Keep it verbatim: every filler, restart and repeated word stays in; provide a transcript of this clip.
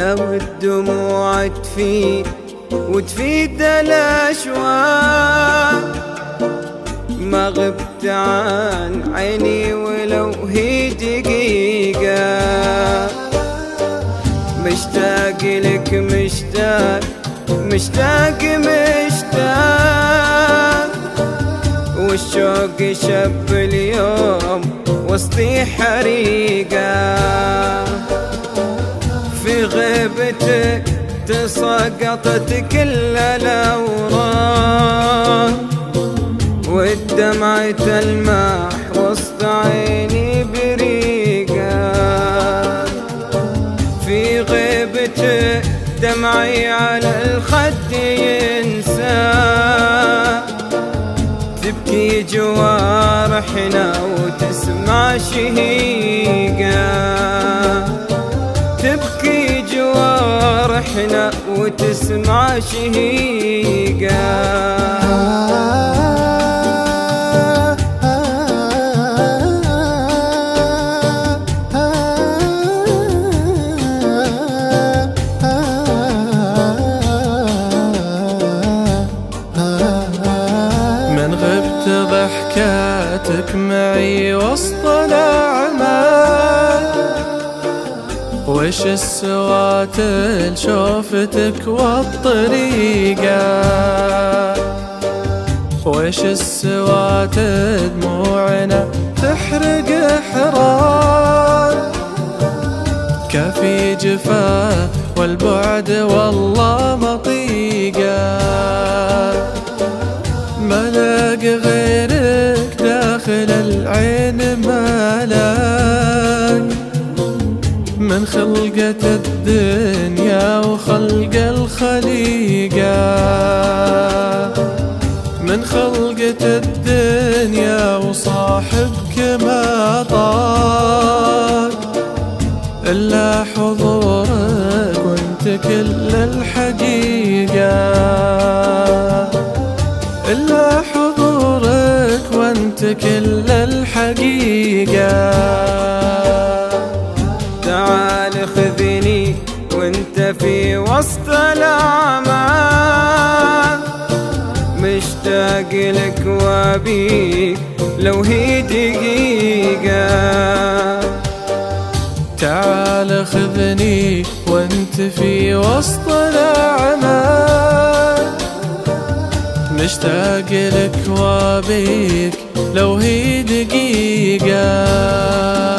لو الدموع تفيد وتفيد الأشواق، ما غبت عن عيني ولو هي دقيقة. مشتاق لك مشتاق مشتاق مشتاق، والشوق شب اليوم وسطي حريقة. في غيبتك تساقطت كل الأوراق، والدمعة تلمح وسط عيني بريقة. في غيبتك دمعي على الخد ينسى، تبكي جوارحنا وتسمع شهيقة. تبكي جوارحنا وتسمع شهيقة. ضحكاتك معي وسط الأعمال، وش السواتل شوفتك والطريقة، وش السواتل دموعنا تحرق حرار. كفي جفاه والبعد والله مطيقة، ملاق غيرك داخل العين ملاق. من خلقة الدنيا وخلق الخليقة، من خلقة الدنيا وصاحبك ما طاق إلا حضورك وانت كل الحقيقة، إلا حضورك وانت كل الحقيقة. تعال خذني وانت في وسط الأعمال، مشتاق لك وابيك لو هي دقيقة. تعال خذني وانت في وسط الأعمال، مشتاق لك وابيك لو هي دقيقة.